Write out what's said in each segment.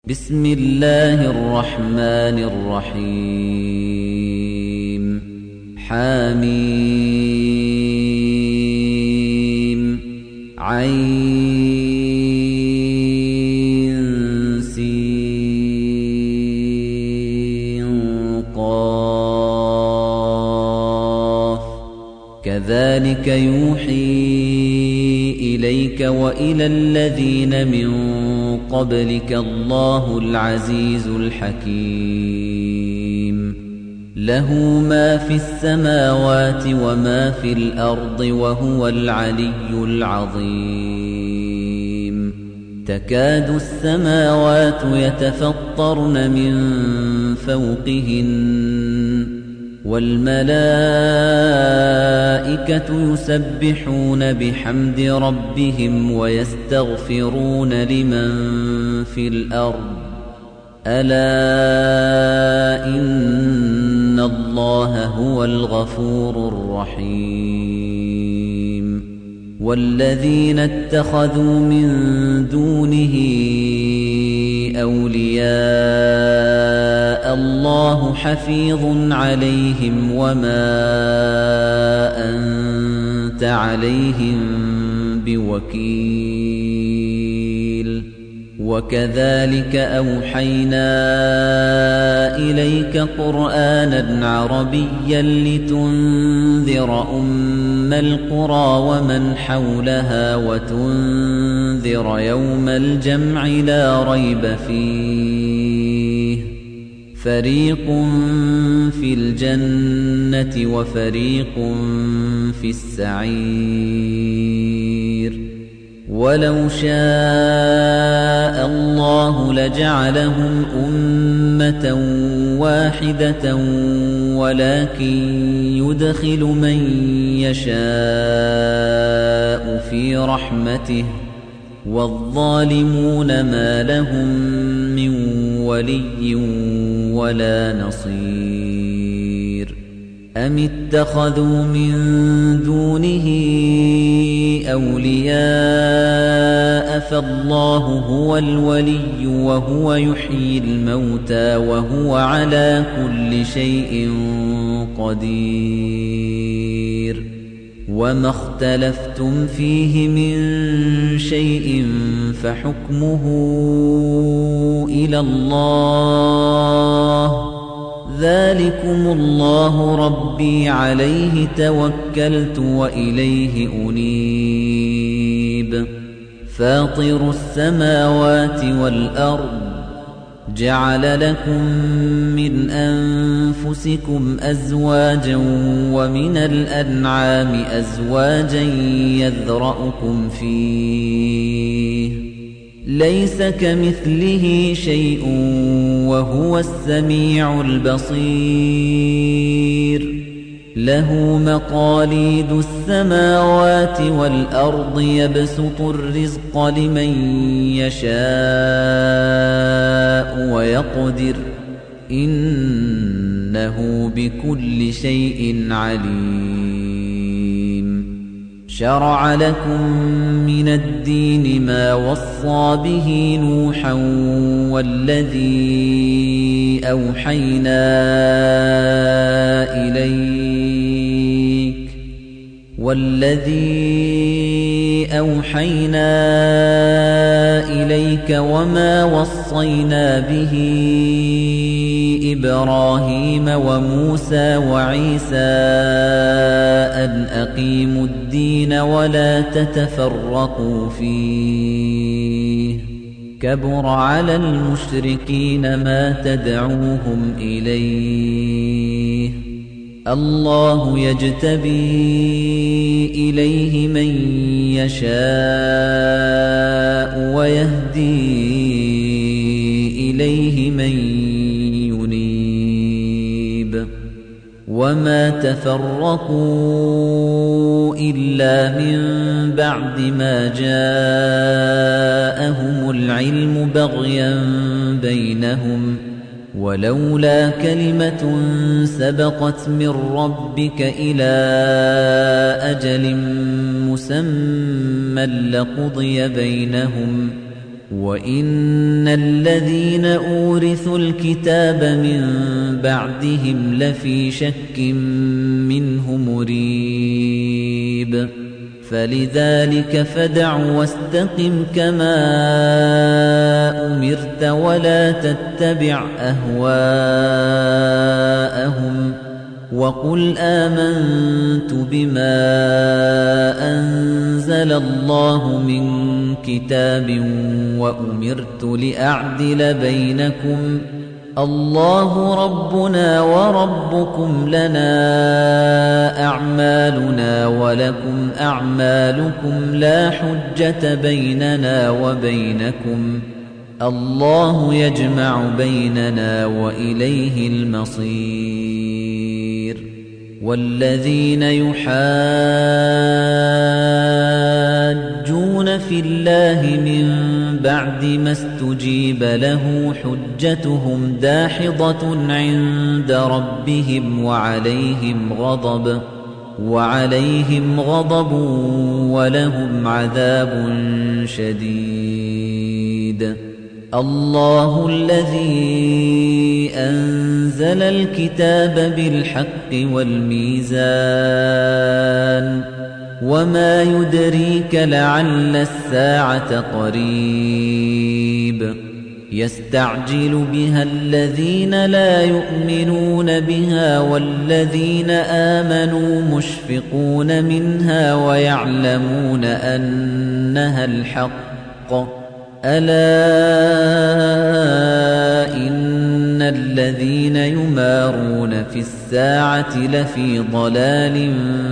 بسم الله الرحمن الرحيم حميم عين سين قاف كذلك يوحي إليك وإلى الذين من قبلك الله العزيز الحكيم له ما في السماوات وما في الأرض وهو العلي العظيم تكاد السماوات يتفطرن من فوقهن والملائكة يسبحون بحمد ربهم ويستغفرون لمن في الأرض ألا إن الله هو الغفور الرحيم والذين اتخذوا من دونه أولياء الله حفيظ عليهم وما أنت عليهم بوكيل وكذلك أوحينا إليك قرآنا عربيا لتنذر أم القرى ومن حولها وتنذر يوم الجمع لا ريب فيه فريق في الجنة وفريق في السعير ولو شاء الله لجعلهم أمة واحدة ولكن يدخل من يشاء في رحمته والظالمون ما لهم من ولي ولا نصير أم اتخذوا من دونه أولياء فالله هو الولي وهو يحيي الموتى وهو على كل شيء قدير وما اختلفتم فيه من شيء فحكمه إلى الله ذلكم الله ربي عليه توكلت وإليه أنيب فاطر السماوات والأرض جعل لكم من أنفسكم أزواجا ومن الأنعام أزواجا يذرأكم فيه ليس كمثله شيء وهو السميع البصير له مقاليد السماوات والأرض يبسط الرزق لمن يشاء ويقدر إنه بكل شيء عليم شرع لكم من الدين ما وصى به نوحا والذي أوحينا إليك وما وصينا به إبراهيم وموسى وعيسى أن أقيموا الدين ولا تتفرقوا فيه كبر على المشركين ما تدعوهم إليه الله يجتبي إليه من يشاء ويهدي إليه من ينيب وما تفرقوا إلا من بعد ما جاءهم العلم بغيا بينهم ولولا كلمة سبقت من ربك إلى أجل مسمى لقضي بينهم وَإِنَّ الَّذِينَ أُورِثُوا الْكِتَابَ مِن بَعْدِهِمْ لَفِي شَكٍّ مِّنْهُ مُرِيبٍ فَلِذَلِكَ فَادْعُ وَاسْتَقِمْ كَمَا أُمِرْتَ وَلَا تَتَّبِعْ أَهْوَاءَهُمْ وَقُلْ آمَنْتُ بِمَا أَنزَلَ اللَّهُ مِنْ كِتَابٍ وَأُمِرْتُ لِأَعْدِلَ بَيْنَكُمْ اللَّهُ رَبُّنَا وَرَبُّكُمْ لَنَا أَعْمَالُنَا وَلَكُمْ أَعْمَالُكُمْ لَا حُجَّةَ بَيْنَنَا وَبَيْنَكُمْ اللَّهُ يَجْمَعُ بَيْنَنَا وَإِلَيْهِ الْمَصِيرُ وَالَّذِينَ يُحَاجُّونَ فِي اللَّهِ مِن بَعْدِ مَا اسْتُجِيبَ لَهُ حُجَّتُهُمْ دَاحِضَةٌ عِندَ رَبِّهِمْ وَعَلَيْهِمْ غَضَبٌ وَلَهُمْ عَذَابٌ شَدِيدٌ الله الذي أنزل الكتاب بالحق والميزان وما يدريك لعل الساعة قريب يستعجل بها الذين لا يؤمنون بها والذين آمنوا مشفقون منها ويعلمون أنها الحق ألا إن الذين يمارون في الساعة لفي ضلال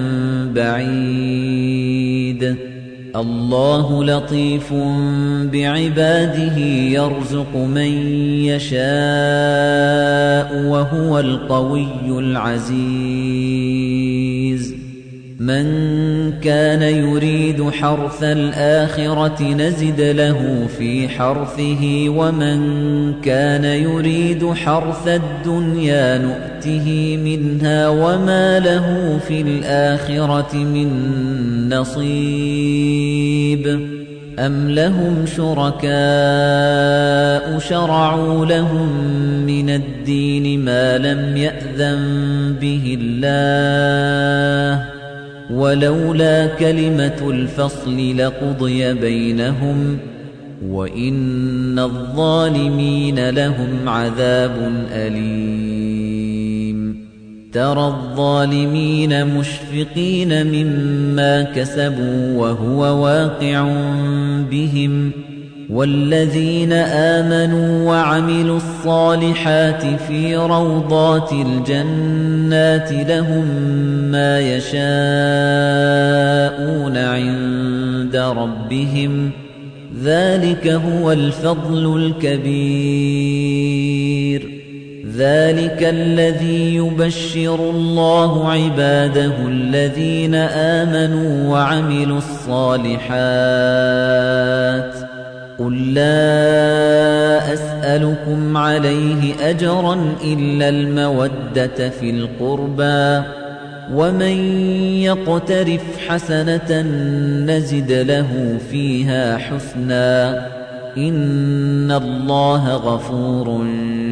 بعيد الله لطيف بعباده يرزق من يشاء وهو القوي العزيز من كان يريد حرث الآخرة نزد له في حرثه ومن كان يريد حرث الدنيا نؤته منها وما له في الآخرة من نصيب أم لهم شركاء شرعوا لهم من الدين ما لم يأذن به الله ولولا كلمة الفصل لقضي بينهم وإن الظالمين لهم عذاب أليم ترى الظالمين مشفقين مما كسبوا وهو واقع بهم والذين آمنوا وعملوا الصالحات في روضات الجنات لهم ما يشاءون عند ربهم ذلك هو الفضل الكبير ذلك الذي يبشر الله عباده الذين آمنوا وعملوا الصالحات قل لا أسألكم عليه أجرا إلا المودة في القربى ومن يقترف حسنة نزد له فيها حسنا إن الله غفور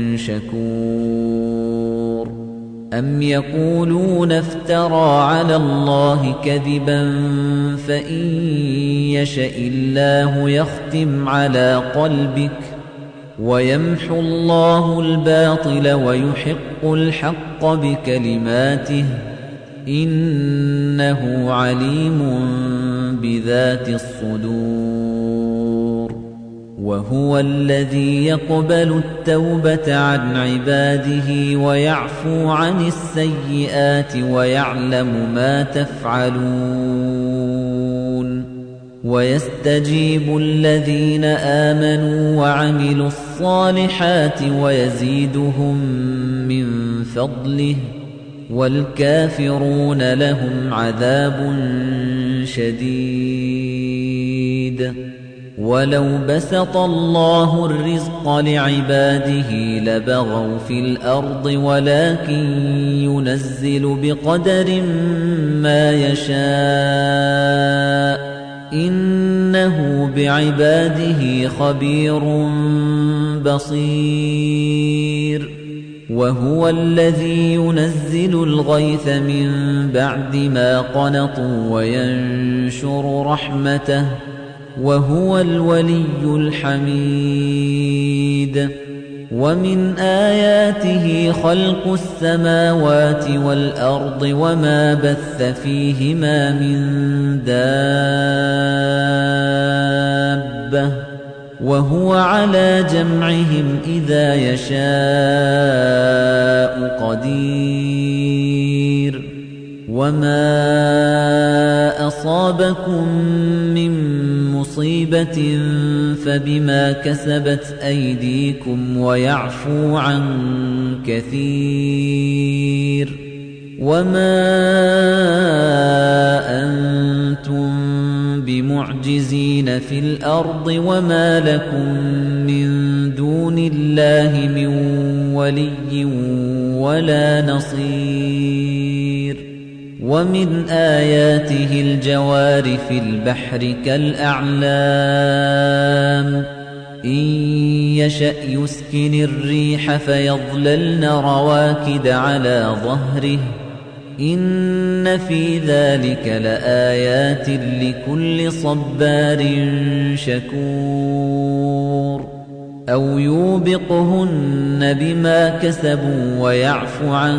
شكور أم يقولون افترى على الله كذبا فإن يشأ الله يختم على قلبك ويمحو الله الباطل ويحق الحق بكلماته إنه عليم بذات الصدور وهو الذي يقبل التوبة عن عباده ويعفو عن السيئات ويعلم ما تفعلون ويستجيب الذين آمنوا وعملوا الصالحات ويزيدهم من فضله والكافرون لهم عذاب شديد ولو بسط الله الرزق لعباده لبغوا في الأرض ولكن ينزل بقدر ما يشاء إنه إِنَّهُ بِعِبَادِهِ خَبِيرٌ بَصِيرٌ وَهُوَ الَّذِي يُنَزِّلُ الْغَيْثَ مِن بَعْدِ مَا قَنَطُوا وَيَنشُرُ رَحْمَتَهُ وَهُوَ الْوَلِيُّ الْحَمِيدُ وَمِنْ آيَاتِهِ خَلْقُ السَّمَاوَاتِ وَالْأَرْضِ وَمَا بَثَّ فِيهِمَا مِن دَابَّةٍ وَهُوَ عَلَى جَمْعِهِمْ إِذَا يَشَاءُ قَدِيرٌ وَمَا أَصَابَكُم مِّن مُّصِيبَةٍ فَبِمَا كَسَبَتْ أَيْدِيكُمْ وَيَعْفُو عَن كَثِيرٍ وَمَا أَنتُم بِمُعْجِزِينَ فِي الْأَرْضِ وَمَا لَكُم مِّن دُونِ اللَّهِ مِن وَلِيٍّ وَلَا نَصِيرٍ وَمِنْ آيَاتِهِ الْجَوَارِ فِي الْبَحْرِ كَالْأَعْلَامِ إِن يَشَأْ يُسْكِنِ الرِّيحَ فَيَظْلَلْنَ رَوَاكِدَ عَلَى ظَهْرِهِ إِنَّ فِي ذَلِكَ لَآيَاتٍ لِكُلِّ صَبَّارٍ شَكُورٍ أَوْ يُوبِقْهُنَّ بِمَا كَسَبُوا وَيَعْفُ عَن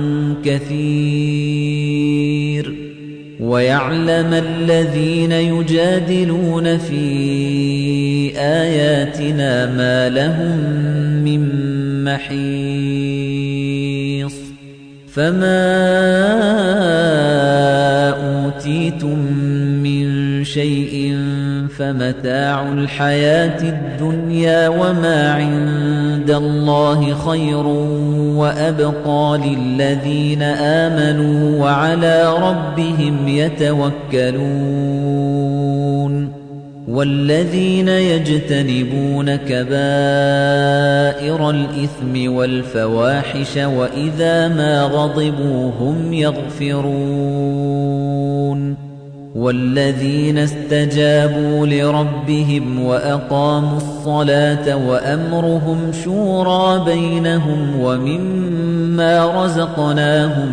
كَثِيرٍ وَيَعْلَمَ الَّذِينَ يُجَادِلُونَ فِي آيَاتِنَا مَا لَهُم مِّن مَّحِيصٍ فَمَا أُوتِيتُم مِّن شَيْءٍ فَمَتَاعُ الْحَيَاةِ الدُّنْيَا وَمَا عِندَ اللَّهِ خَيْرٌ وَأَبْقَىٰ لِلَّذِينَ آمَنُوا وَعَلَىٰ رَبِّهِمْ يَتَوَكَّلُونَ وَالَّذِينَ يَجْتَنِبُونَ كَبَائِرَ الْإِثْمِ وَالْفَوَاحِشَ وَإِذَا مَا غَضِبُوا هُمْ يَغْفِرُونَ وَالَّذِينَ اسْتَجَابُوا لِرَبِّهِمْ وَأَقَامُوا الصَّلَاةَ وَأَمْرُهُمْ شُورَىٰ بَيْنَهُمْ وَمِمَّا رَزَقْنَاهُمْ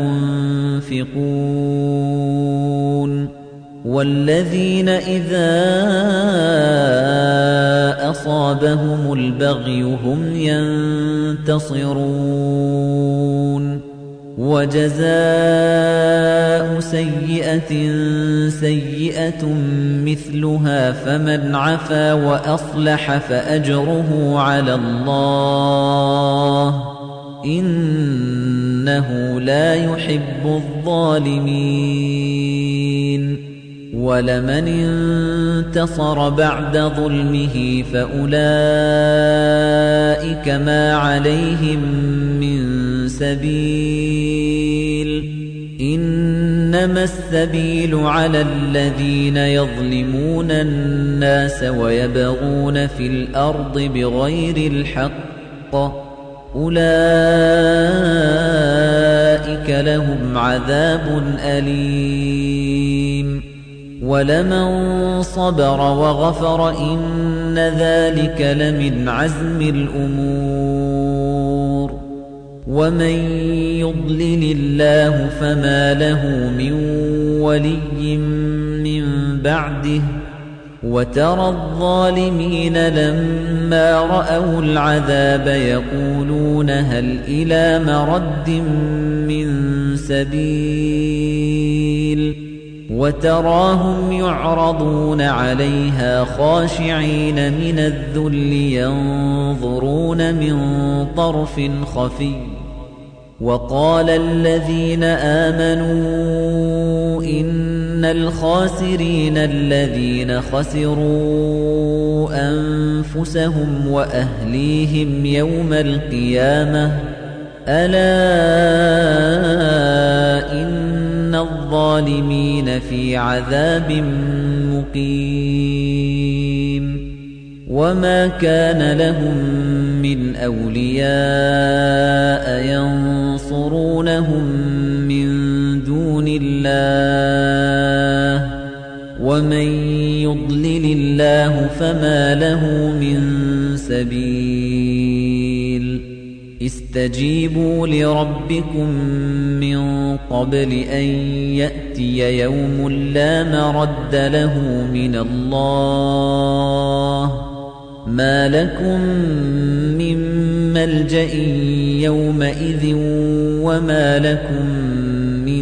يُنفِقُونَ وَالَّذِينَ إِذَا أَصَابَهُمُ الْبَغْيُ هُمْ يَنتَصِرُونَ وَجَزَاءُ سَيِّئَةٍ سَيِّئَةٌ مِثْلُهَا فَمَنْ عَفَا وَأَصْلَحَ فَأَجْرُهُ عَلَى اللَّهِ إِنَّهُ لا يُحِبُّ الظَّالِمِينَ وَلَمَنِ انتَصَرَ بَعْدَ ظُلْمِهِ فَأُولَئِكَ مَا عَلَيْهِم مِّن سَبِيلٍ إِنَّمَا السَّبِيلُ عَلَى الَّذِينَ يَظْلِمُونَ النَّاسَ وَيَبْغُونَ فِي الْأَرْضِ بِغَيْرِ الْحَقِّ أُولَئِكَ لَهُمْ عَذَابٌ أَلِيمٌ وَلَمَن صَبَرَ وَغَفَرَ إِنَّ ذَلِكَ لَمِنْ عَزْمِ الْأُمُورِ وَمَن يُضْلِلِ اللَّهُ فَمَا لَهُ مِن وَلِيٍّ مِّن بَعْدِهِ وَتَرَى الظَّالِمِينَ لَمَّا رَأَوُا الْعَذَابَ يَقُولُونَ هَلْ إِلَىٰ مَرَدٍّ مِّن سَبِيلٍ وَتَرَاهُمْ يُعْرَضُونَ عَلَيْهَا خَاشِعِينَ مِنَ الذُّلِّ يَنظُرُونَ مِن طَرْفٍ خَفِيٍّ وَقَالَ الَّذِينَ آمَنُوا إِنَّ الْخَاسِرِينَ الَّذِينَ خَسِرُوا أَنفُسَهُمْ وَأَهْلِيهِمْ يَوْمَ الْقِيَامَةِ أَلَا إِنَّ الظَّالِمِينَ فِي عَذَابٍ مُّقِيمٍ وَمَا كَانَ لَهُم مِّنْ أَوْلِيَاءَ يَنصُرُونَهُم مِّن دُونِ اللَّهِ وَمَن يُضْلِلِ الله فما له من سبيل استجيبوا لربكم من قبل أن يأتي يوم لا مرد له من الله ما لكم من ملجأ يومئذ وما لكم من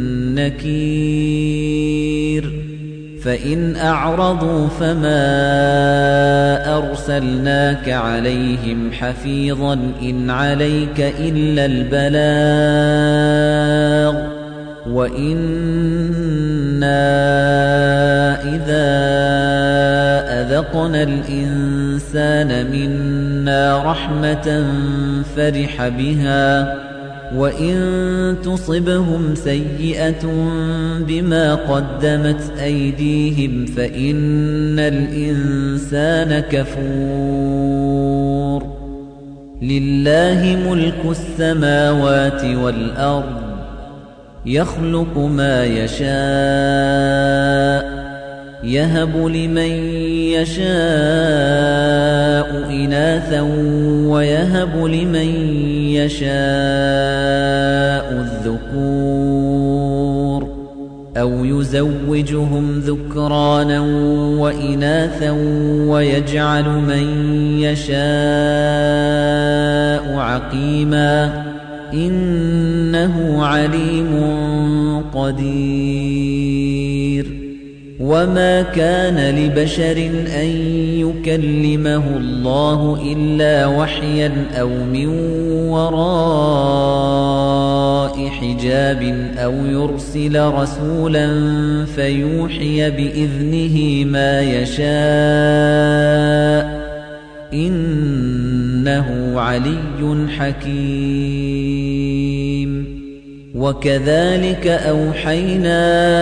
نكير فإن أعرضوا فما أرسلناك عليهم حفيظا إن عليك إلا البلاغ وإنا إذا أذقنا الإنسان منا رحمة فرح بها وإن تصبهم سيئة بما قدمت أيديهم فإن الإنسان كفور لله ملك السماوات والأرض يخلق ما يشاء يهب لمن يشاء إناثا ويهب لمن يشاء الذكور أو يزوجهم ذكرانا وإناثا ويجعل من يشاء عقيما إنه عليم قدير وما كان لبشر أن يكلمه الله إلا وحيا أو من وراء حجاب أو يرسل رسولا فيوحي بإذنه ما يشاء إنه علي حكيم وكذلك أوحينا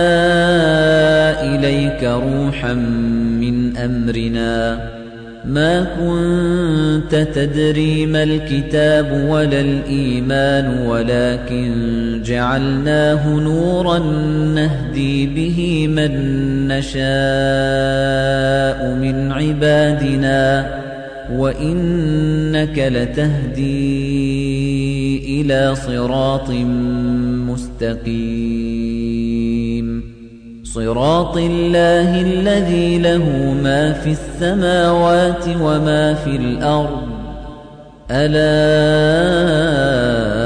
إليك روحا من أمرنا ما كنت تدري ما الكتاب ولا الإيمان ولكن جعلناه نورا نهدي به من نشاء من عبادنا وإنك لتهدي إلى صراط مستقيم صراط الله الذي له ما في السماوات وما في الأرض ألا